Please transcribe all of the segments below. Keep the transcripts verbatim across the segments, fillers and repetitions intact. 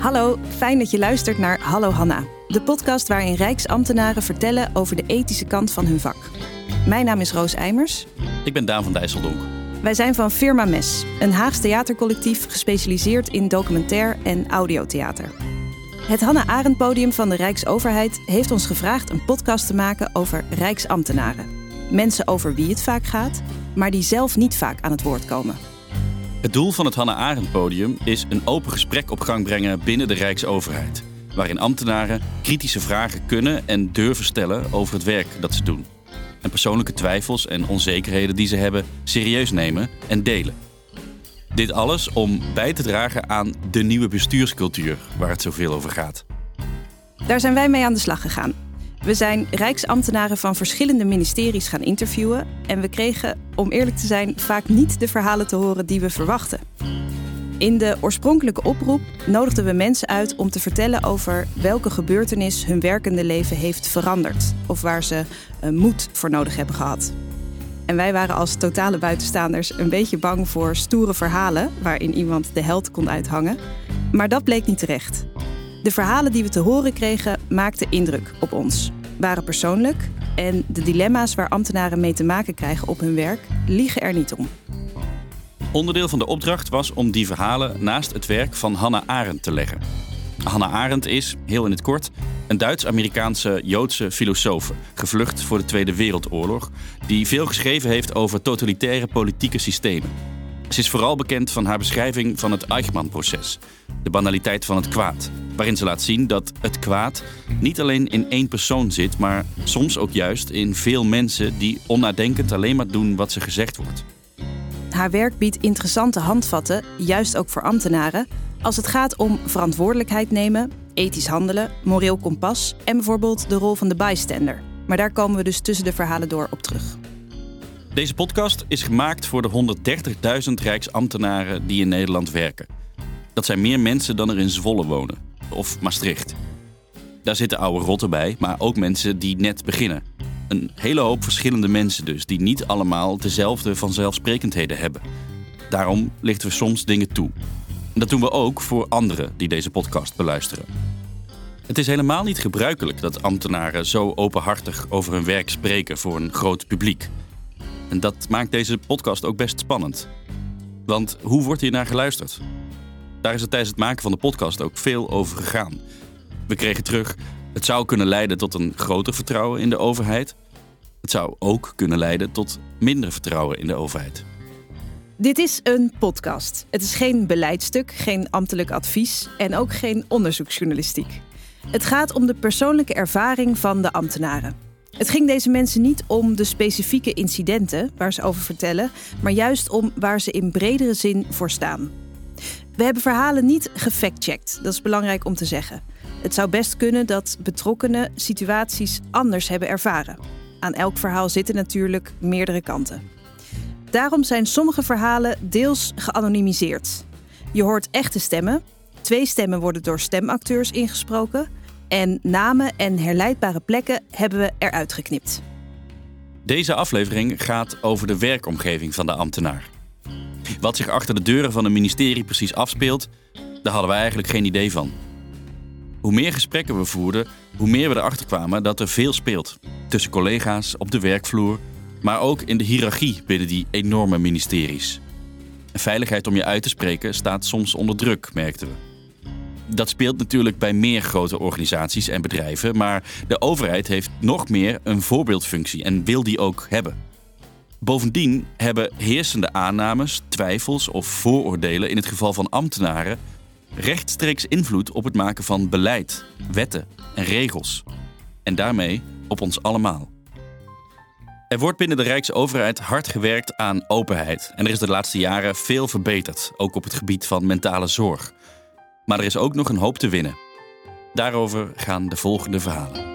Hallo, fijn dat je luistert naar Hallo Hanna. De podcast waarin Rijksambtenaren vertellen over de ethische kant van hun vak. Mijn naam is Roos Eimers. Ik ben Daan van Dijsseldonk. Wij zijn van Firma Mes, een Haags theatercollectief gespecialiseerd in documentair en audiotheater. Het Hannah Arendt Podium van de Rijksoverheid heeft ons gevraagd een podcast te maken over Rijksambtenaren. Mensen over wie het vaak gaat, maar die zelf niet vaak aan het woord komen. Het doel van het Hannah Arendt Podium is een open gesprek op gang brengen binnen de Rijksoverheid, waarin ambtenaren kritische vragen kunnen en durven stellen over het werk dat ze doen. En persoonlijke twijfels en onzekerheden die ze hebben serieus nemen en delen. Dit alles om bij te dragen aan de nieuwe bestuurscultuur waar het zoveel over gaat. Daar zijn wij mee aan de slag gegaan. We zijn Rijksambtenaren van verschillende ministeries gaan interviewen en we kregen, om eerlijk te zijn, vaak niet de verhalen te horen die we verwachten. In de oorspronkelijke oproep nodigden we mensen uit om te vertellen over welke gebeurtenis hun werkende leven heeft veranderd of waar ze uh, moed voor nodig hebben gehad. En wij waren als totale buitenstaanders een beetje bang voor stoere verhalen waarin iemand de held kon uithangen. Maar dat bleek niet terecht. De verhalen die we te horen kregen maakten indruk op ons, waren persoonlijk en de dilemma's waar ambtenaren mee te maken krijgen op hun werk liegen er niet om. Onderdeel van de opdracht was om die verhalen naast het werk van Hannah Arendt te leggen. Hannah Arendt is, heel in het kort, een Duits-Amerikaanse Joodse filosoof, gevlucht voor de Tweede Wereldoorlog, die veel geschreven heeft over totalitaire politieke systemen. Ze is vooral bekend van haar beschrijving van het Eichmann-proces, de banaliteit van het kwaad, waarin ze laat zien dat het kwaad niet alleen in één persoon zit, maar soms ook juist in veel mensen die onnadenkend alleen maar doen wat ze gezegd wordt. Haar werk biedt interessante handvatten, juist ook voor ambtenaren, als het gaat om verantwoordelijkheid nemen, ethisch handelen, moreel kompas en bijvoorbeeld de rol van de bystander. Maar daar komen we dus tussen de verhalen door op terug. Deze podcast is gemaakt voor de honderddertigduizend Rijksambtenaren die in Nederland werken. Dat zijn meer mensen dan er in Zwolle wonen, of Maastricht. Daar zitten oude rotten bij, maar ook mensen die net beginnen. Een hele hoop verschillende mensen dus, die niet allemaal dezelfde vanzelfsprekendheden hebben. Daarom lichten we soms dingen toe. En dat doen we ook voor anderen die deze podcast beluisteren. Het is helemaal niet gebruikelijk dat ambtenaren zo openhartig over hun werk spreken voor een groot publiek. En dat maakt deze podcast ook best spannend. Want hoe wordt hier naar geluisterd? Daar is het tijdens het maken van de podcast ook veel over gegaan. We kregen terug, het zou kunnen leiden tot een groter vertrouwen in de overheid. Het zou ook kunnen leiden tot minder vertrouwen in de overheid. Dit is een podcast. Het is geen beleidstuk, geen ambtelijk advies en ook geen onderzoeksjournalistiek. Het gaat om de persoonlijke ervaring van de ambtenaren. Het ging deze mensen niet om de specifieke incidenten waar ze over vertellen, maar juist om waar ze in bredere zin voor staan. We hebben verhalen niet gefactcheckt, dat is belangrijk om te zeggen. Het zou best kunnen dat betrokkenen situaties anders hebben ervaren. Aan elk verhaal zitten natuurlijk meerdere kanten. Daarom zijn sommige verhalen deels geanonimiseerd. Je hoort echte stemmen. Twee stemmen worden door stemacteurs ingesproken. En namen en herleidbare plekken hebben we eruit geknipt. Deze aflevering gaat over de werkomgeving van de ambtenaar. Wat zich achter de deuren van een ministerie precies afspeelt, daar hadden we eigenlijk geen idee van. Hoe meer gesprekken we voerden, hoe meer we erachter kwamen dat er veel speelt. Tussen collega's, op de werkvloer, maar ook in de hiërarchie binnen die enorme ministeries. En veiligheid om je uit te spreken staat soms onder druk, merkten we. Dat speelt natuurlijk bij meer grote organisaties en bedrijven, maar de overheid heeft nog meer een voorbeeldfunctie en wil die ook hebben. Bovendien hebben heersende aannames, twijfels of vooroordelen in het geval van ambtenaren rechtstreeks invloed op het maken van beleid, wetten en regels. En daarmee op ons allemaal. Er wordt binnen de Rijksoverheid hard gewerkt aan openheid. En er is de laatste jaren veel verbeterd, ook op het gebied van mentale zorg. Maar er is ook nog een hoop te winnen. Daarover gaan de volgende verhalen.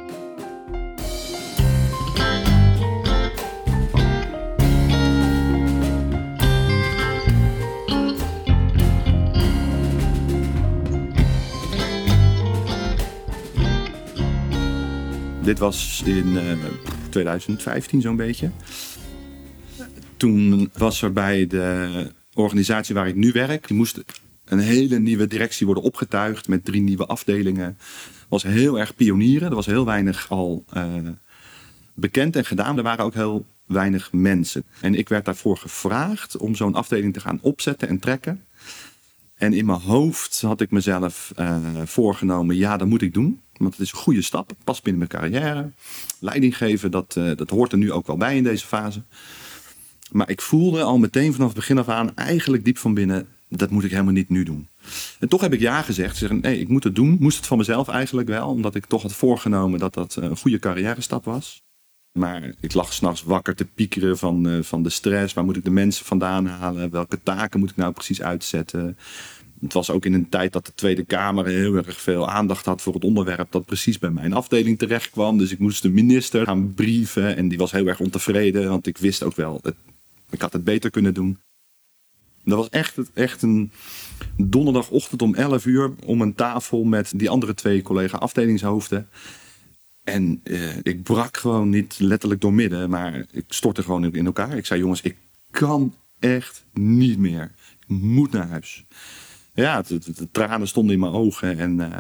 Dit was in uh, twintig vijftien zo'n beetje. Toen was er bij de organisatie waar ik nu werk, die moest een hele nieuwe directie worden opgetuigd met drie nieuwe afdelingen. Was heel erg pionieren. Er was heel weinig al uh, bekend en gedaan. Er waren ook heel weinig mensen. En ik werd daarvoor gevraagd om zo'n afdeling te gaan opzetten en trekken. En in mijn hoofd had ik mezelf uh, voorgenomen, ja, dat moet ik doen. Want het is een goede stap, past binnen mijn carrière. Leiding geven, dat, uh, dat hoort er nu ook wel bij in deze fase. Maar ik voelde al meteen vanaf het begin af aan, eigenlijk diep van binnen, dat moet ik helemaal niet nu doen. En toch heb ik ja gezegd. Zeggen, nee, ik moet het doen. Moest het van mezelf eigenlijk wel. Omdat ik toch had voorgenomen dat dat een goede carrière stap was. Maar ik lag 's nachts wakker te piekeren van, uh, van de stress. Waar moet ik de mensen vandaan halen? Welke taken moet ik nou precies uitzetten? Het was ook in een tijd dat de Tweede Kamer heel erg veel aandacht had voor het onderwerp dat precies bij mijn afdeling terecht kwam. Dus ik moest de minister gaan brieven en die was heel erg ontevreden. Want ik wist ook wel, het, ik had het beter kunnen doen. Dat was echt, echt een donderdagochtend om elf uur om een tafel met die andere twee collega afdelingshoofden. En uh, ik brak gewoon niet letterlijk door midden, maar ik stortte gewoon in elkaar. Ik zei, jongens, ik kan echt niet meer. Ik moet naar huis. Ja, de, de, de tranen stonden in mijn ogen en uh,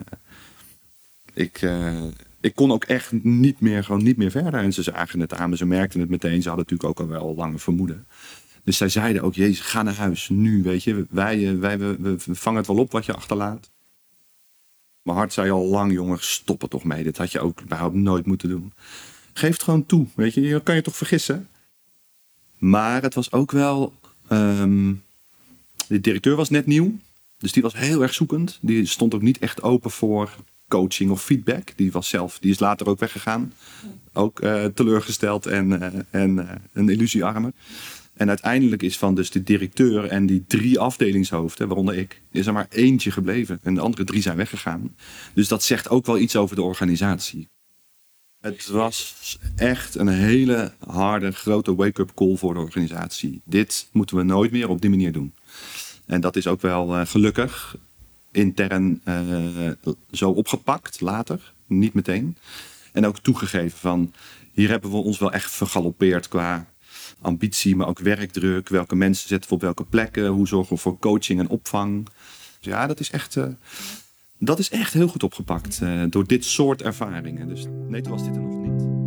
ik, uh, ik kon ook echt niet meer, gewoon niet meer verder. En ze zagen het aan me, ze merkten het meteen. Ze hadden natuurlijk ook al wel lange vermoeden. Dus zij zeiden ook, Jezus, ga naar huis, nu, weet je. Wij, wij we, we vangen het wel op wat je achterlaat. Mijn hart zei al lang, jongen, stop er toch mee. Dit had je ook überhaupt nooit moeten doen. Geef het gewoon toe, weet je. Je kan je toch vergissen. Maar het was ook wel... Um, de directeur was net nieuw. Dus die was heel erg zoekend. Die stond ook niet echt open voor coaching of feedback. Die was zelf, die is later ook weggegaan. Ook uh, teleurgesteld en, uh, en uh, een illusiearmer. En uiteindelijk is van dus de directeur en die drie afdelingshoofden, waaronder ik, is er maar eentje gebleven. En de andere drie zijn weggegaan. Dus dat zegt ook wel iets over de organisatie. Het was echt een hele harde, grote wake-up call voor de organisatie. Dit moeten we nooit meer op die manier doen. En dat is ook wel uh, gelukkig intern uh, zo opgepakt later. Niet meteen. En ook toegegeven van, hier hebben we ons wel echt vergalopeerd qua ambitie, maar ook werkdruk. Welke mensen zetten we op welke plekken? Hoe zorgen we voor coaching en opvang? Dus ja, dat is echt, uh, dat is echt heel goed opgepakt uh, door dit soort ervaringen. Dus nee, toen was dit er nog niet.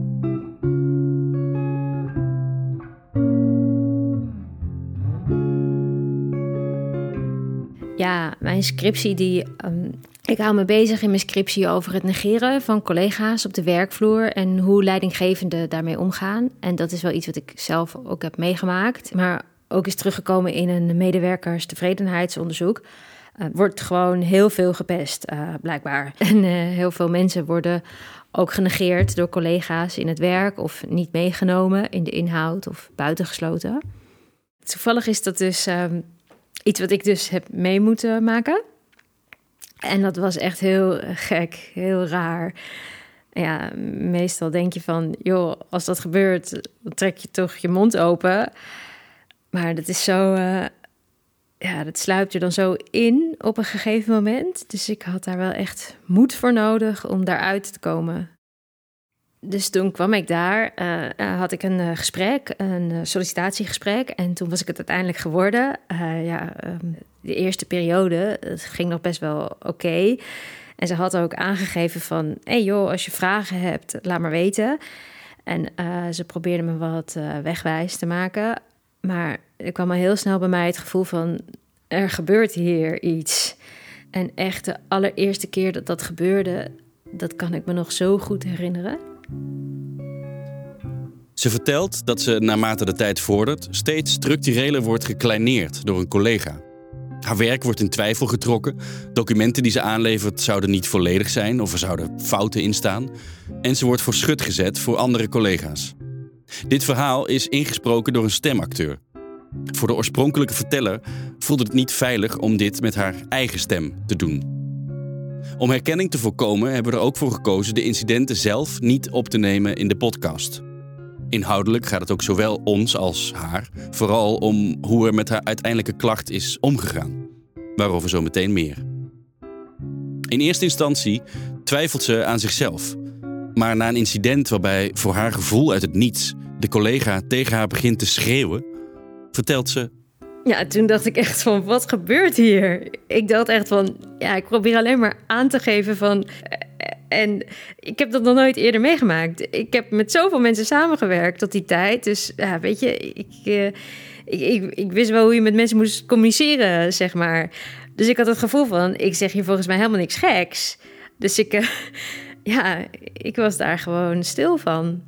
Ja, mijn scriptie die... Um, ik hou me bezig in mijn scriptie over het negeren van collega's op de werkvloer en hoe leidinggevenden daarmee omgaan. En dat is wel iets wat ik zelf ook heb meegemaakt, maar ook is teruggekomen in een medewerkerstevredenheidsonderzoek. Uh, wordt gewoon heel veel gepest, uh, blijkbaar. En uh, heel veel mensen worden ook genegeerd door collega's in het werk of niet meegenomen in de inhoud of buitengesloten. Toevallig is dat dus um, iets wat ik dus heb mee moeten maken. En dat was echt heel gek, heel raar. Ja, meestal denk je van, joh, als dat gebeurt, dan trek je toch je mond open. Maar dat is zo, uh, ja, dat sluipt er dan zo in op een gegeven moment. Dus ik had daar wel echt moed voor nodig om daaruit te komen. Dus toen kwam ik daar, uh, had ik een uh, gesprek, een uh, sollicitatiegesprek. En toen was ik het uiteindelijk geworden. Uh, ja, um, de eerste periode, het ging nog best wel oké. Okay. En ze had ook aangegeven van, hé hey joh, als je vragen hebt, laat maar weten. En uh, ze probeerde me wat uh, wegwijs te maken. Maar er kwam al heel snel bij mij het gevoel van, er gebeurt hier iets. En echt de allereerste keer dat dat gebeurde, dat kan ik me nog zo goed herinneren. Ze vertelt dat ze naarmate de tijd vordert steeds structureler wordt gekleineerd door een collega. Haar werk wordt in twijfel getrokken. Documenten die ze aanlevert zouden niet volledig zijn of er zouden fouten in staan. En ze wordt voor schut gezet voor andere collega's. Dit verhaal is ingesproken door een stemacteur. Voor de oorspronkelijke verteller voelde het niet veilig om dit met haar eigen stem te doen. Om herkenning te voorkomen hebben we er ook voor gekozen de incidenten zelf niet op te nemen in de podcast. Inhoudelijk gaat het ook zowel ons als haar vooral om hoe er met haar uiteindelijke klacht is omgegaan. Waarover zo meteen meer. In eerste instantie twijfelt ze aan zichzelf. Maar na een incident waarbij voor haar gevoel uit het niets de collega tegen haar begint te schreeuwen, vertelt ze: Ja, toen dacht ik echt van, wat gebeurt hier? Ik dacht echt van, ja, ik probeer alleen maar aan te geven van... En ik heb dat nog nooit eerder meegemaakt. Ik heb met zoveel mensen samengewerkt tot die tijd. Dus ja, weet je, ik, uh, ik, ik, ik wist wel hoe je met mensen moest communiceren, zeg maar. Dus ik had het gevoel van, ik zeg hier volgens mij helemaal niks geks. Dus ik, uh, ja, ik was daar gewoon stil van.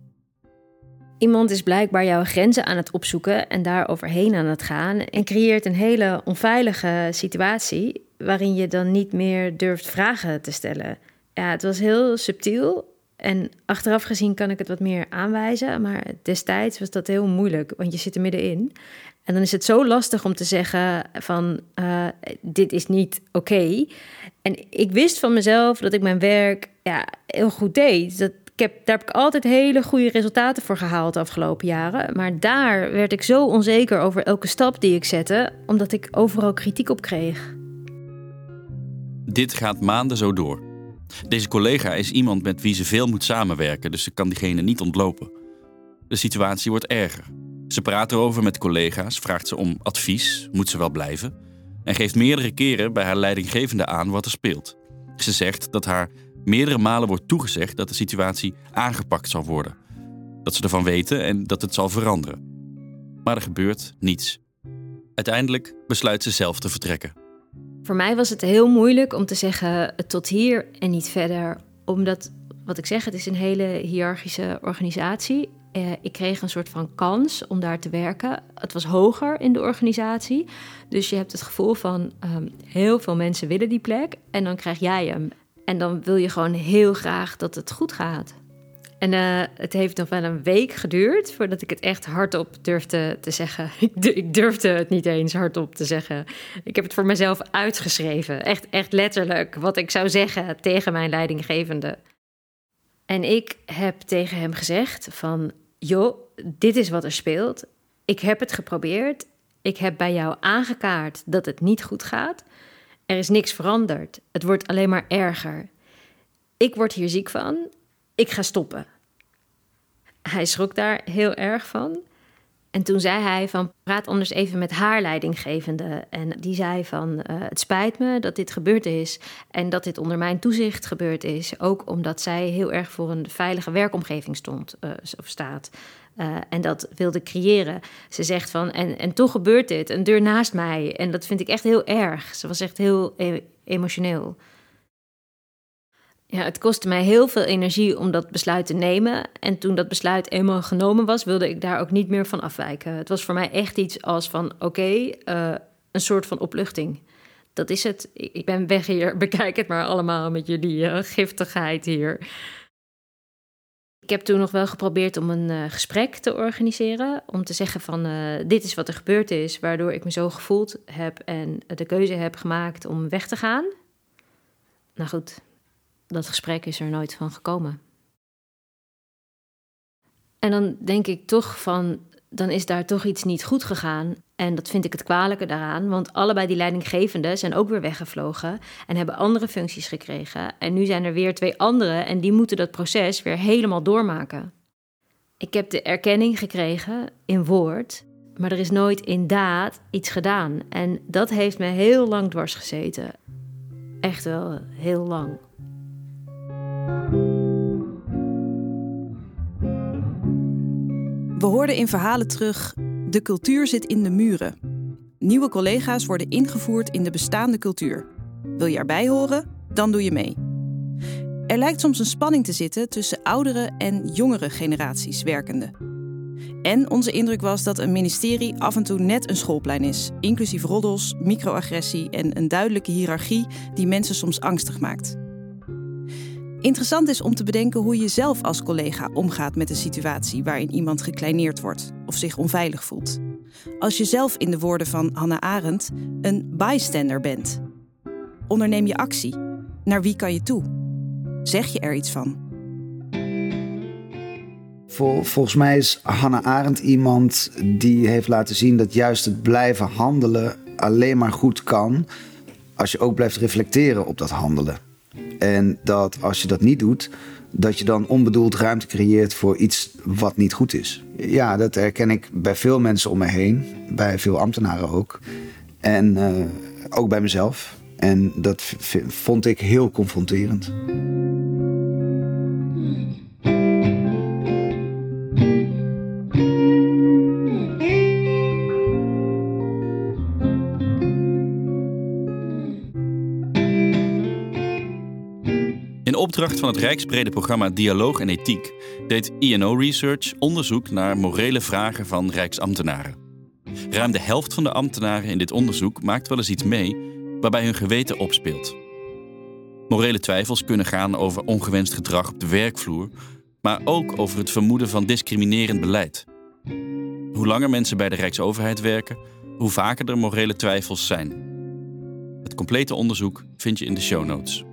Iemand is blijkbaar jouw grenzen aan het opzoeken en daar overheen aan het gaan en creëert een hele onveilige situatie waarin je dan niet meer durft vragen te stellen. Ja, het was heel subtiel en achteraf gezien kan ik het wat meer aanwijzen, maar destijds was dat heel moeilijk, want je zit er middenin. En dan is het zo lastig om te zeggen van, uh, dit is niet oké. Okay. En ik wist van mezelf dat ik mijn werk ja, heel goed deed. Dat, ik heb, daar heb ik altijd hele goede resultaten voor gehaald de afgelopen jaren. Maar daar werd ik zo onzeker over elke stap die ik zette, omdat ik overal kritiek op kreeg. Dit gaat maanden zo door. Deze collega is iemand met wie ze veel moet samenwerken, dus ze kan diegene niet ontlopen. De situatie wordt erger. Ze praat erover met collega's, vraagt ze om advies, moet ze wel blijven, en geeft meerdere keren bij haar leidinggevende aan wat er speelt. Ze zegt dat haar meerdere malen wordt toegezegd dat de situatie aangepakt zal worden. Dat ze ervan weten en dat het zal veranderen. Maar er gebeurt niets. Uiteindelijk besluit ze zelf te vertrekken. Voor mij was het heel moeilijk om te zeggen tot hier en niet verder. Omdat, wat ik zeg, het is een hele hiërarchische organisatie. Uh, ik kreeg een soort van kans om daar te werken. Het was hoger in de organisatie. Dus je hebt het gevoel van um, heel veel mensen willen die plek. En dan krijg jij hem. En dan wil je gewoon heel graag dat het goed gaat. En uh, het heeft nog wel een week geduurd voordat ik het echt hardop durfde te zeggen. Ik durfde het niet eens hardop te zeggen. Ik heb het voor mezelf uitgeschreven. Echt, echt letterlijk wat ik zou zeggen tegen mijn leidinggevende. En ik heb tegen hem gezegd van, joh, dit is wat er speelt. Ik heb het geprobeerd. Ik heb bij jou aangekaart dat het niet goed gaat. Er is niks veranderd. Het wordt alleen maar erger. Ik word hier ziek van. Ik ga stoppen. Hij schrok daar heel erg van. En toen zei hij van, praat anders even met haar leidinggevende. En die zei van, uh, het spijt me dat dit gebeurd is. En dat dit onder mijn toezicht gebeurd is. Ook omdat zij heel erg voor een veilige werkomgeving stond, uh, of staat. Uh, en dat wilde creëren. Ze zegt van, en, en toch gebeurt dit, een deur naast mij. En dat vind ik echt heel erg. Ze was echt heel e- emotioneel. Ja, het kostte mij heel veel energie om dat besluit te nemen. En toen dat besluit eenmaal genomen was, wilde ik daar ook niet meer van afwijken. Het was voor mij echt iets als van, oké, okay, uh, een soort van opluchting. Dat is het. Ik ben weg hier, bekijk het maar allemaal met jullie uh, giftigheid hier. Ik heb toen nog wel geprobeerd om een uh, gesprek te organiseren. Om te zeggen van, uh, dit is wat er gebeurd is, waardoor ik me zo gevoeld heb en de keuze heb gemaakt om weg te gaan. Nou goed, dat gesprek is er nooit van gekomen. En dan denk ik toch van, dan is daar toch iets niet goed gegaan. En dat vind ik het kwalijke daaraan, want allebei die leidinggevenden zijn ook weer weggevlogen en hebben andere functies gekregen. En nu zijn er weer twee anderen en die moeten dat proces weer helemaal doormaken. Ik heb de erkenning gekregen in woord, maar er is nooit in daad iets gedaan. En dat heeft me heel lang dwars gezeten. Echt wel heel lang. We hoorden in verhalen terug, de cultuur zit in de muren. Nieuwe collega's worden ingevoerd in de bestaande cultuur. Wil je erbij horen? Dan doe je mee. Er lijkt soms een spanning te zitten tussen oudere en jongere generaties werkenden. En onze indruk was dat een ministerie af en toe net een schoolplein is, inclusief roddels, microagressie en een duidelijke hiërarchie die mensen soms angstig maakt. Interessant is om te bedenken hoe je zelf als collega omgaat met een situatie waarin iemand gekleineerd wordt of zich onveilig voelt. Als je zelf, in de woorden van Hannah Arendt, een bystander bent. Onderneem je actie. Naar wie kan je toe? Zeg je er iets van? Vol, volgens mij is Hannah Arendt iemand die heeft laten zien dat juist het blijven handelen alleen maar goed kan als je ook blijft reflecteren op dat handelen. En dat als je dat niet doet, dat je dan onbedoeld ruimte creëert voor iets wat niet goed is. Ja, dat herken ik bij veel mensen om me heen. Bij veel ambtenaren ook. En uh, ook bij mezelf. En dat v- vond ik heel confronterend. In opdracht van het rijksbrede programma Dialoog en Ethiek deed I N O Research onderzoek naar morele vragen van rijksambtenaren. Ruim de helft van de ambtenaren in dit onderzoek maakt wel eens iets mee waarbij hun geweten opspeelt. Morele twijfels kunnen gaan over ongewenst gedrag op de werkvloer, maar ook over het vermoeden van discriminerend beleid. Hoe langer mensen bij de Rijksoverheid werken, hoe vaker er morele twijfels zijn. Het complete onderzoek vind je in de show notes.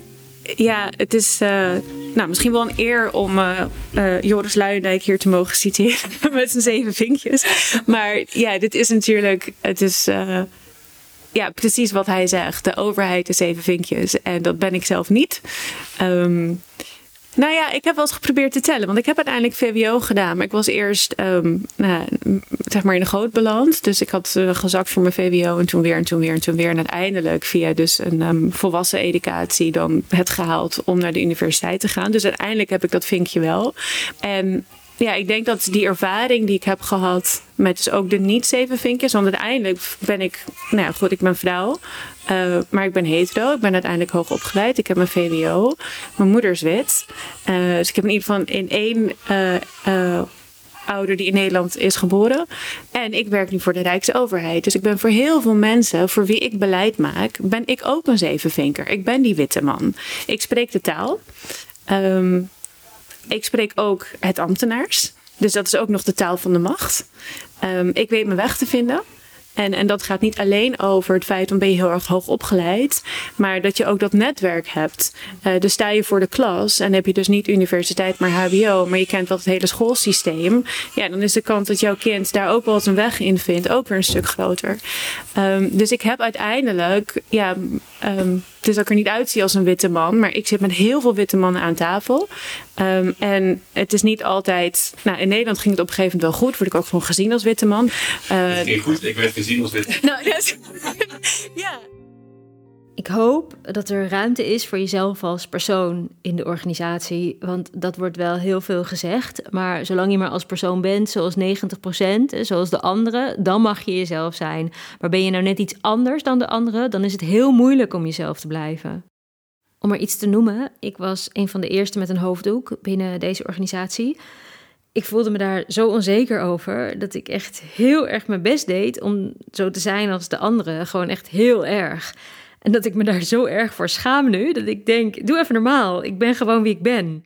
Ja, het is uh, nou, misschien wel een eer om uh, uh, Joris Luijendijk hier te mogen citeren met zijn zeven vinkjes. Maar ja, dit is natuurlijk, het is uh, ja, precies wat hij zegt. De overheid de zeven vinkjes. En dat ben ik zelf niet. Um, Nou ja, ik heb wel eens geprobeerd te tellen. Want ik heb uiteindelijk V W O gedaan. Maar ik was eerst um, nou, zeg maar in de goot beland. Dus ik had uh, gezakt voor mijn V W O. En toen weer en toen weer en toen weer. En uiteindelijk via dus een um, volwassen educatie dan het gehaald om naar de universiteit te gaan. Dus uiteindelijk heb ik dat vinkje wel. En ja, ik denk dat die ervaring die ik heb gehad met dus ook de niet zeven vinkjes. Want uiteindelijk ben ik, nou ja, goed, ik ben vrouw. Uh, maar ik ben hetero. Ik ben uiteindelijk hoog opgeleid. Ik heb mijn V W O. Mijn moeder is wit. Uh, dus ik heb in ieder geval in één uh, uh, ouder die in Nederland is geboren. En ik werk nu voor de Rijksoverheid. Dus ik ben voor heel veel mensen voor wie ik beleid maak, ben ik ook een zevenvinker. Ik ben die witte man. Ik spreek de taal. Um, ik spreek ook het ambtenaars. Dus dat is ook nog de taal van de macht. Um, ik weet mijn weg te vinden. En, en dat gaat niet alleen over het feit, dan ben je heel erg hoog opgeleid, maar dat je ook dat netwerk hebt. Uh, dus sta je voor de klas en heb je dus niet universiteit, maar H B O, maar je kent wel het hele schoolsysteem. Ja, dan is de kans dat jouw kind daar ook wel eens een weg in vindt ook weer een stuk groter. Um, dus ik heb uiteindelijk, ja, um, het is dat ik er niet uitzie als een witte man, maar ik zit met heel veel witte mannen aan tafel. Um, en het is niet altijd, nou in Nederland ging het op een gegeven moment wel goed, word ik ook gewoon gezien als witte man. Uh, het ging goed, ik werd gezien als witte man. Nou, yes. Ja. Ik hoop dat er ruimte is voor jezelf als persoon in de organisatie. Want dat wordt wel heel veel gezegd. Maar zolang je maar als persoon bent, zoals negentig procent, zoals de anderen, dan mag je jezelf zijn. Maar ben je nou net iets anders dan de anderen, dan is het heel moeilijk om jezelf te blijven. Om er iets te noemen, ik was een van de eerste met een hoofddoek binnen deze organisatie. Ik voelde me daar zo onzeker over dat ik echt heel erg mijn best deed om zo te zijn als de anderen. Gewoon echt heel erg. En dat ik me daar zo erg voor schaam nu, dat ik denk, doe even normaal. Ik ben gewoon wie ik ben.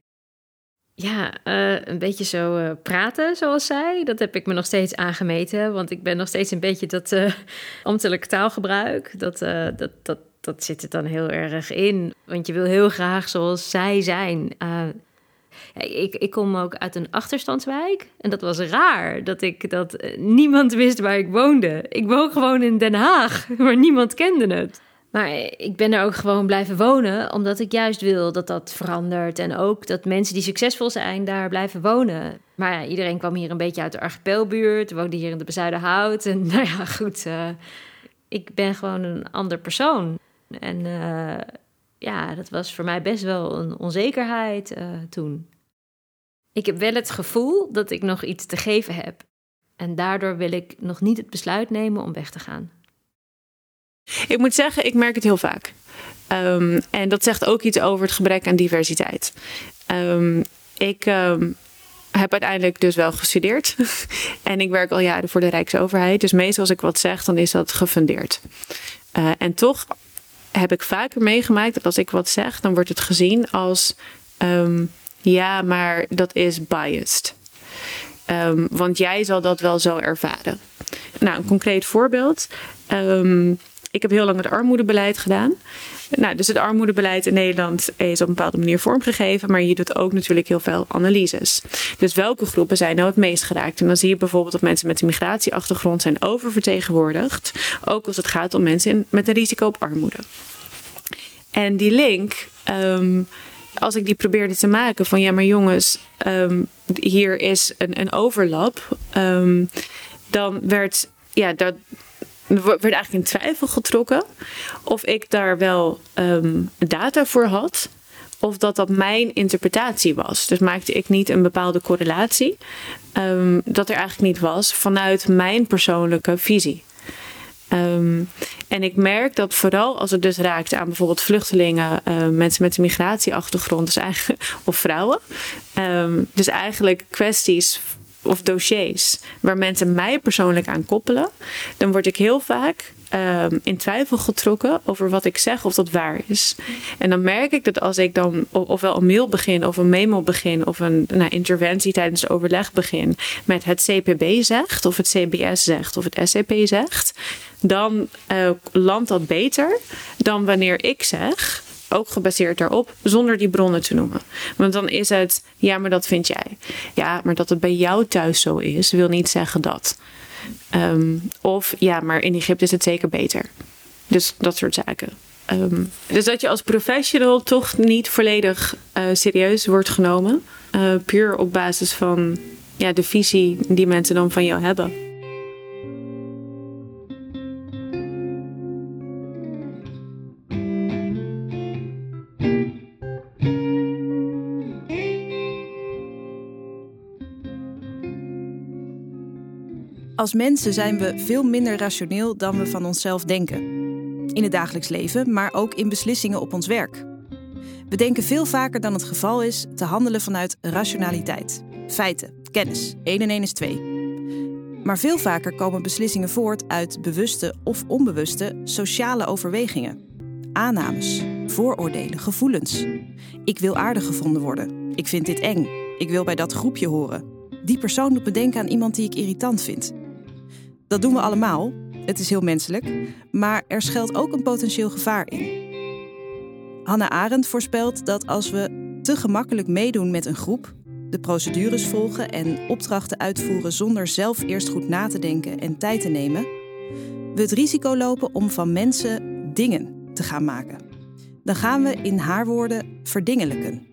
Ja, uh, een beetje zo uh, praten zoals zij, dat heb ik me nog steeds aangemeten. Want ik ben nog steeds een beetje dat uh, ambtelijk taalgebruik. Dat, uh, dat, dat, dat zit er dan heel erg in. Want je wil heel graag zoals zij zijn. Uh, Ik, ik kom ook uit een achterstandswijk. En dat was raar, dat, ik, dat niemand wist waar ik woonde. Ik woon gewoon in Den Haag, maar niemand kende het. Maar ik ben er ook gewoon blijven wonen, omdat ik juist wil dat dat verandert. En ook dat mensen die succesvol zijn, daar blijven wonen. Maar ja, iedereen kwam hier een beetje uit de archipelbuurt, woonde hier in de Bezuidenhout. En nou ja, goed, uh, ik ben gewoon een ander persoon. En uh, ja, dat was voor mij best wel een onzekerheid uh, toen. Ik heb wel het gevoel dat ik nog iets te geven heb. En daardoor wil ik nog niet het besluit nemen om weg te gaan. Ik moet zeggen, ik merk het heel vaak. Um, en dat zegt ook iets over het gebrek aan diversiteit. Um, ik um, heb uiteindelijk dus wel gestudeerd. En ik werk al jaren voor de Rijksoverheid. Dus meestal als ik wat zeg, dan is dat gefundeerd. Uh, en toch heb ik vaker meegemaakt dat als ik wat zeg, dan wordt het gezien als Um, ja, maar dat is biased. Um, want jij zal dat wel zo ervaren. Nou, een concreet voorbeeld. Um, ik heb heel lang het armoedebeleid gedaan. Nou, dus het armoedebeleid in Nederland is op een bepaalde manier vormgegeven, maar je doet ook natuurlijk heel veel analyses. Dus welke groepen zijn nou het meest geraakt? En dan zie je bijvoorbeeld dat mensen met een migratieachtergrond zijn oververtegenwoordigd, ook als het gaat om mensen in, met een risico op armoede. En die link Um, als ik die probeerde te maken van ja, maar jongens, um, hier is een, een overlap. Um, dan werd, ja, dat werd eigenlijk in twijfel getrokken of ik daar wel um, data voor had. Of dat dat mijn interpretatie was. Dus maakte ik niet een bepaalde correlatie. Um, dat er eigenlijk niet was vanuit mijn persoonlijke visie. Um, en ik merk dat vooral als het dus raakt aan bijvoorbeeld vluchtelingen, uh, mensen met een migratieachtergrond, dus eigenlijk, of vrouwen. Um, dus eigenlijk kwesties of dossiers waar mensen mij persoonlijk aan koppelen, dan word ik heel vaak um, in twijfel getrokken over wat ik zeg of dat waar is. En dan merk ik dat als ik dan ofwel een mail begin of een memo begin of een nou, interventie tijdens overleg begin met het C P B zegt of het C B S zegt of het S C P zegt, dan uh, landt dat beter dan wanneer ik zeg, ook gebaseerd daarop, zonder die bronnen te noemen. Want dan is het, ja, maar dat vind jij. Ja, maar dat het bij jou thuis zo is, wil niet zeggen dat. Um, of, ja, maar in Egypte is het zeker beter. Dus dat soort zaken. Um, dus dat je als professional toch niet volledig uh, serieus wordt genomen. Uh, puur op basis van ja, de visie die mensen dan van jou hebben. Als mensen zijn we veel minder rationeel dan we van onszelf denken. In het dagelijks leven, maar ook in beslissingen op ons werk. We denken veel vaker dan het geval is te handelen vanuit rationaliteit. Feiten, kennis, één en één is twee. Maar veel vaker komen beslissingen voort uit bewuste of onbewuste sociale overwegingen. Aannames, vooroordelen, gevoelens. Ik wil aardig gevonden worden. Ik vind dit eng. Ik wil bij dat groepje horen. Die persoon doet me denken aan iemand die ik irritant vind. Dat doen we allemaal. Het is heel menselijk. Maar er schuilt ook een potentieel gevaar in. Hannah Arendt voorspelt dat als we te gemakkelijk meedoen met een groep, de procedures volgen en opdrachten uitvoeren zonder zelf eerst goed na te denken en tijd te nemen, we het risico lopen om van mensen dingen te gaan maken. Dan gaan we in haar woorden verdingelijken.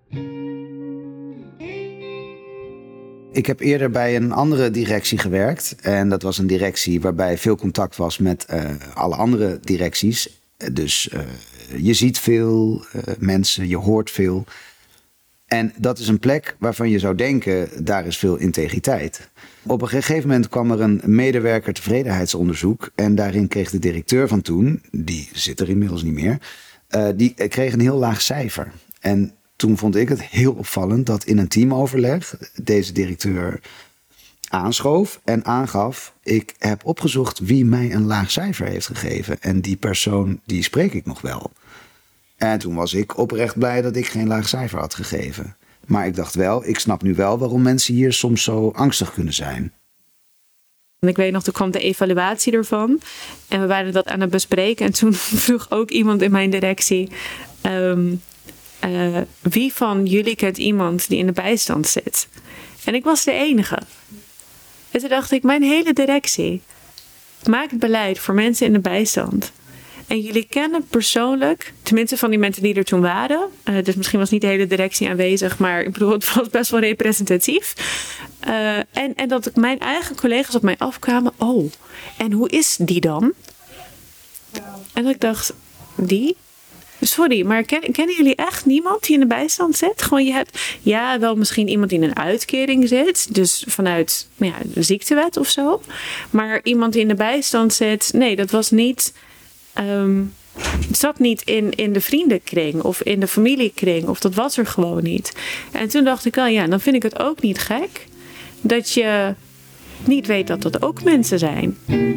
Ik heb eerder bij een andere directie gewerkt. En dat was een directie waarbij veel contact was met uh, alle andere directies. Dus uh, je ziet veel uh, mensen, je hoort veel. En dat is een plek waarvan je zou denken, daar is veel integriteit. Op een gegeven moment kwam er een medewerker tevredenheidsonderzoek. En daarin kreeg de directeur van toen, die zit er inmiddels niet meer, uh, die kreeg een heel laag cijfer. En toen vond ik het heel opvallend dat in een teamoverleg deze directeur aanschoof en aangaf, ik heb opgezocht wie mij een laag cijfer heeft gegeven. En die persoon, die spreek ik nog wel. En toen was ik oprecht blij dat ik geen laag cijfer had gegeven. Maar ik dacht wel, ik snap nu wel waarom mensen hier soms zo angstig kunnen zijn. En ik weet nog, toen kwam de evaluatie ervan. En we waren dat aan het bespreken. En toen vroeg ook iemand in mijn directie, Um, Uh, wie van jullie kent iemand die in de bijstand zit? En ik was de enige. En toen dacht ik, mijn hele directie maakt beleid voor mensen in de bijstand. En jullie kennen persoonlijk, tenminste van die mensen die er toen waren. Uh, dus misschien was niet de hele directie aanwezig, maar ik bedoel, het was best wel representatief. Uh, en, en dat mijn eigen collega's op mij afkwamen. Oh, en hoe is die dan? En dat ik dacht, die? Sorry, maar ken, kennen jullie echt niemand die in de bijstand zit? Gewoon je hebt, ja, wel misschien iemand die in een uitkering zit. Dus vanuit ja, de ziektewet of zo. Maar iemand die in de bijstand zit, nee, dat was niet, Um, het zat niet in, in de vriendenkring of in de familiekring. Of dat was er gewoon niet. En toen dacht ik, oh ja, dan vind ik het ook niet gek dat je niet weet dat dat ook mensen zijn.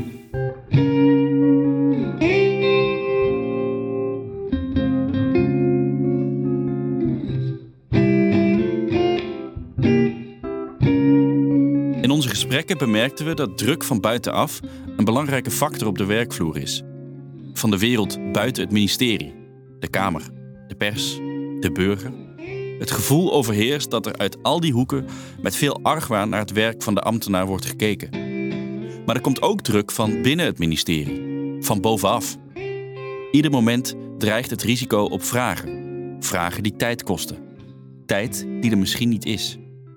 In onze gesprekken bemerkten we dat druk van buitenaf een belangrijke factor op de werkvloer is. Van de wereld buiten het ministerie, de Kamer, de pers, de burger. Het gevoel overheerst dat er uit al die hoeken met veel argwaan naar het werk van de ambtenaar wordt gekeken. Maar er komt ook druk van binnen het ministerie, van bovenaf. Ieder moment dreigt het risico op vragen. Vragen die tijd kosten. Tijd die er misschien niet is.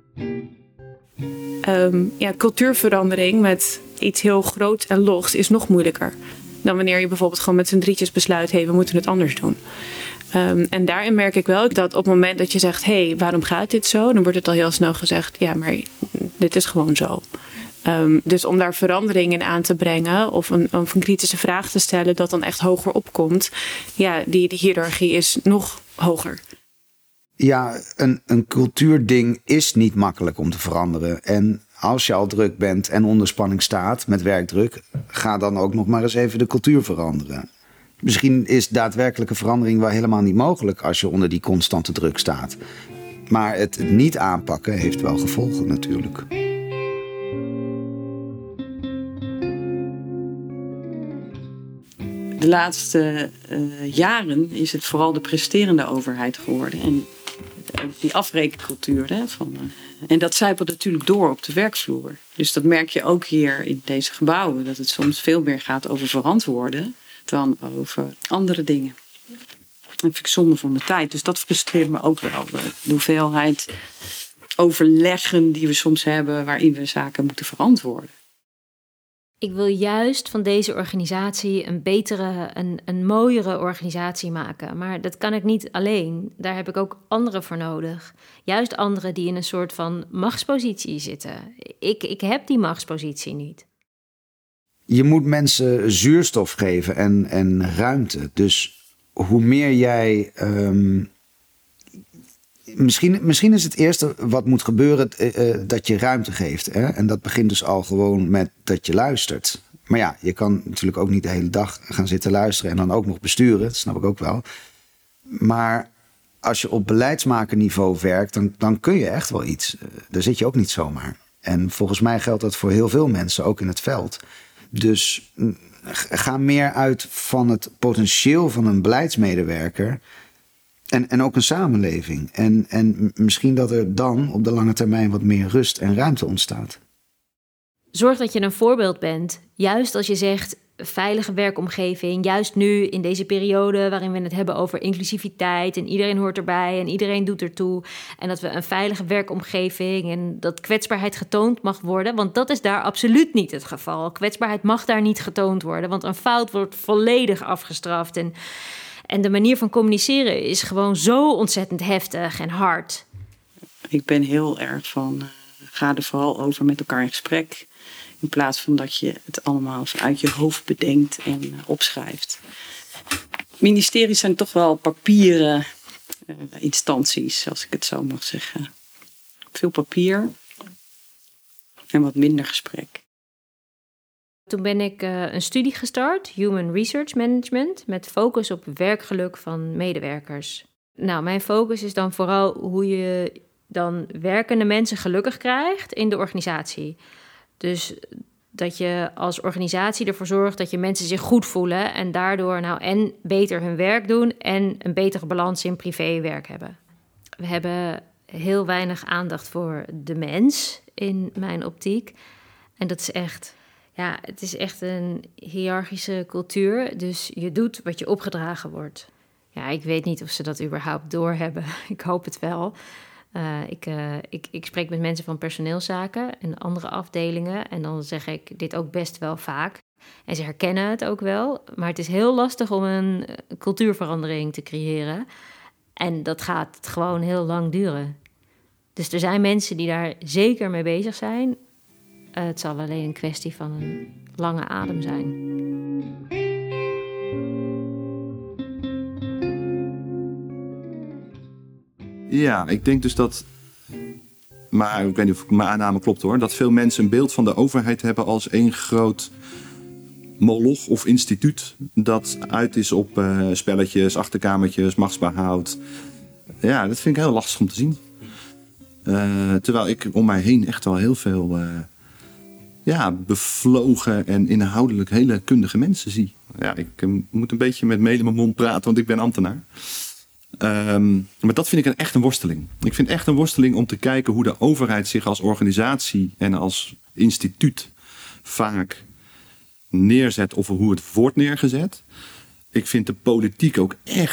Um, ja, cultuurverandering met iets heel groots en logs is nog moeilijker dan wanneer je bijvoorbeeld gewoon met z'n drietjes besluit, hé, hey, we moeten het anders doen. Um, en daarin merk ik wel dat op het moment dat je zegt, hé, hey, waarom gaat dit zo? Dan wordt het al heel snel gezegd, ja, maar dit is gewoon zo. Um, dus om daar verandering in aan te brengen of een, of een kritische vraag te stellen dat dan echt hoger opkomt, ja, die, die hiërarchie is nog hoger. Ja, een, een cultuurding is niet makkelijk om te veranderen. En als je al druk bent en onder spanning staat met werkdruk, ga dan ook nog maar eens even de cultuur veranderen. Misschien is daadwerkelijke verandering wel helemaal niet mogelijk als je onder die constante druk staat. Maar het niet aanpakken heeft wel gevolgen natuurlijk. De laatste uh, jaren is het vooral de presterende overheid geworden. En die afrekencultuur. Hè, van, uh, en dat zijpelt natuurlijk door op de werkvloer. Dus dat merk je ook hier in deze gebouwen. Dat het soms veel meer gaat over verantwoorden dan over andere dingen. Dat vind ik zonde van mijn tijd. Dus dat frustreert me ook wel. De hoeveelheid overleggen die we soms hebben waarin we zaken moeten verantwoorden. Ik wil juist van deze organisatie een betere, een, een mooiere organisatie maken. Maar dat kan ik niet alleen. Daar heb ik ook anderen voor nodig. Juist anderen die in een soort van machtspositie zitten. Ik, ik heb die machtspositie niet. Je moet mensen zuurstof geven en, en ruimte. Dus hoe meer jij... Um, misschien, misschien is het eerste wat moet gebeuren uh, dat je ruimte geeft. Hè? En dat begint dus al gewoon met dat je luistert. Maar ja, je kan natuurlijk ook niet de hele dag gaan zitten luisteren en dan ook nog besturen. Dat snap ik ook wel. Maar als je op beleidsmakerniveau werkt, dan, dan kun je echt wel iets. Uh, daar zit je ook niet zomaar. En volgens mij geldt dat voor heel veel mensen, ook in het veld. Dus ga meer uit van het potentieel van een beleidsmedewerker en, en ook een samenleving. En, en misschien dat er dan op de lange termijn wat meer rust en ruimte ontstaat. Zorg dat je een voorbeeld bent. Juist als je zegt veilige werkomgeving. Juist nu in deze periode waarin we het hebben over inclusiviteit. En iedereen hoort erbij en iedereen doet ertoe. En dat we een veilige werkomgeving en dat kwetsbaarheid getoond mag worden. Want dat is daar absoluut niet het geval. Kwetsbaarheid mag daar niet getoond worden. Want een fout wordt volledig afgestraft. En, en de manier van communiceren is gewoon zo ontzettend heftig en hard. Ik ben heel erg van, uh, ga er vooral over met elkaar in gesprek. In plaats van dat je het allemaal vanuit je hoofd bedenkt en uh, opschrijft. Ministeries zijn toch wel papieren uh, instanties, als ik het zo mag zeggen. Veel papier en wat minder gesprek. Toen ben ik uh, een studie gestart, Human Research Management, met focus op werkgeluk van medewerkers. Nou, mijn focus is dan vooral hoe je dan werkende mensen gelukkig krijgt in de organisatie. Dus dat je als organisatie ervoor zorgt dat je mensen zich goed voelen en daardoor nou en beter hun werk doen en een betere balans in privé-werk hebben. We hebben heel weinig aandacht voor de mens in mijn optiek. En dat is echt, ja, het is echt een hiërarchische cultuur. Dus je doet wat je opgedragen wordt. Ja, ik weet niet of ze dat überhaupt doorhebben. Ik hoop het wel. Uh, ik, uh, ik, ik spreek met mensen van personeelszaken en andere afdelingen. En dan zeg ik dit ook best wel vaak. En ze herkennen het ook wel. Maar het is heel lastig om een cultuurverandering te creëren. En dat gaat gewoon heel lang duren. Dus er zijn mensen die daar zeker mee bezig zijn. Uh, het zal alleen een kwestie van een lange adem zijn. Ja, ik denk dus dat, maar ik weet niet of mijn aanname klopt hoor, dat veel mensen een beeld van de overheid hebben als één groot moloch of instituut dat uit is op uh, spelletjes, achterkamertjes, machtsbehoud. Ja, dat vind ik heel lastig om te zien. Uh, terwijl ik om mij heen echt wel heel veel uh, ja, bevlogen en inhoudelijk hele kundige mensen zie. Ja, ik uh, moet een beetje met meel in mijn mond praten, want ik ben ambtenaar. Um, maar dat vind ik een, echt een worsteling. Ik vind echt een worsteling om te kijken hoe de overheid zich als organisatie en als instituut vaak neerzet of hoe het wordt neergezet. Ik vind de politiek ook echt,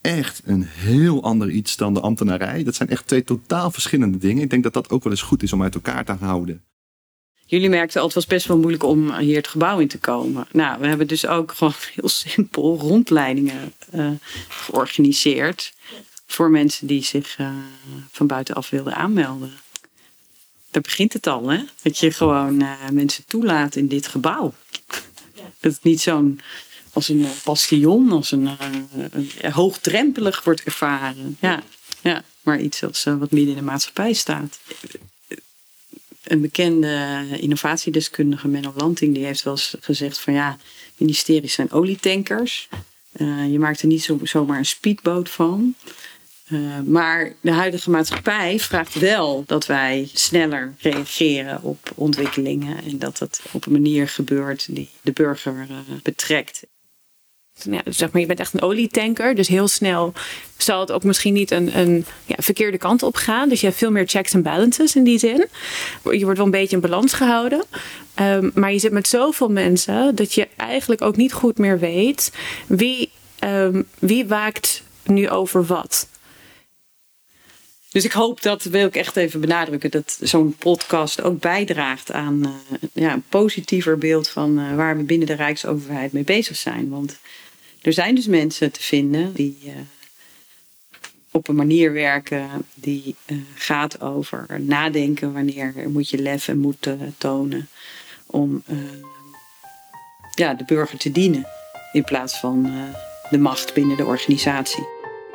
echt een heel ander iets dan de ambtenarij. Dat zijn echt twee totaal verschillende dingen. Ik denk dat dat ook wel eens goed is om uit elkaar te houden. Jullie merkten al, het was best wel moeilijk om hier het gebouw in te komen. Nou, we hebben dus ook gewoon heel simpel rondleidingen uh, georganiseerd. Voor mensen die zich uh, van buitenaf wilden aanmelden. Daar begint het al, hè? Dat je gewoon uh, mensen toelaat in dit gebouw. Dat het niet zo'n als een bastion, als een, uh, een hoogdrempelig wordt ervaren. Ja, ja, maar iets als, uh, wat midden in de maatschappij staat. Een bekende innovatiedeskundige, Menno Lanting, die heeft wel eens gezegd van ja, ministeries zijn olietankers. Uh, je maakt er niet zo, zomaar een speedboot van. Uh, maar de huidige maatschappij vraagt wel dat wij sneller reageren op ontwikkelingen. En dat dat op een manier gebeurt die de burger uh, betrekt. Ja, zeg maar, je bent echt een olietanker. Dus heel snel zal het ook misschien niet een, een ja, verkeerde kant op gaan. Dus je hebt veel meer checks en balances in die zin. Je wordt wel een beetje in balans gehouden. Um, maar je zit met zoveel mensen dat je eigenlijk ook niet goed meer weet wie, um, wie waakt nu over wat. Dus ik hoop, dat wil ik echt even benadrukken, dat zo'n podcast ook bijdraagt aan uh, ja, een positiever beeld van uh, waar we binnen de Rijksoverheid mee bezig zijn. Want er zijn dus mensen te vinden die uh, op een manier werken die uh, gaat over nadenken wanneer moet je lef en moed uh, tonen om uh, ja, de burger te dienen in plaats van uh, de macht binnen de organisatie.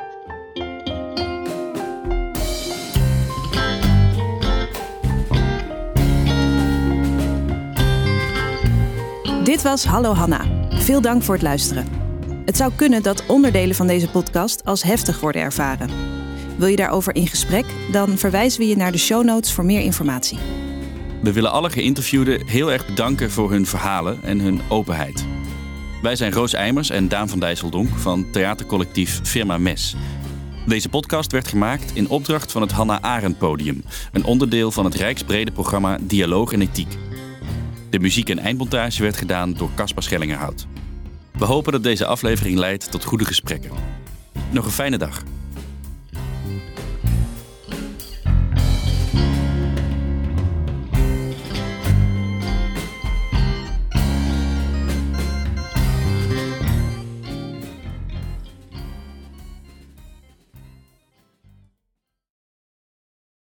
Dit was Hallo Hanna. Veel dank voor het luisteren. Het zou kunnen dat onderdelen van deze podcast als heftig worden ervaren. Wil je daarover in gesprek? Dan verwijzen we je naar de show notes voor meer informatie. We willen alle geïnterviewden heel erg bedanken voor hun verhalen en hun openheid. Wij zijn Roos Eimers en Daan van Dijsseldonk van theatercollectief Firma Mes. Deze podcast werd gemaakt in opdracht van het Hannah Arendt Podium, een onderdeel van het rijksbrede programma Dialoog en Ethiek. De muziek en eindmontage werd gedaan door Caspar Schellingerhout. We hopen dat deze aflevering leidt tot goede gesprekken. Nog een fijne dag.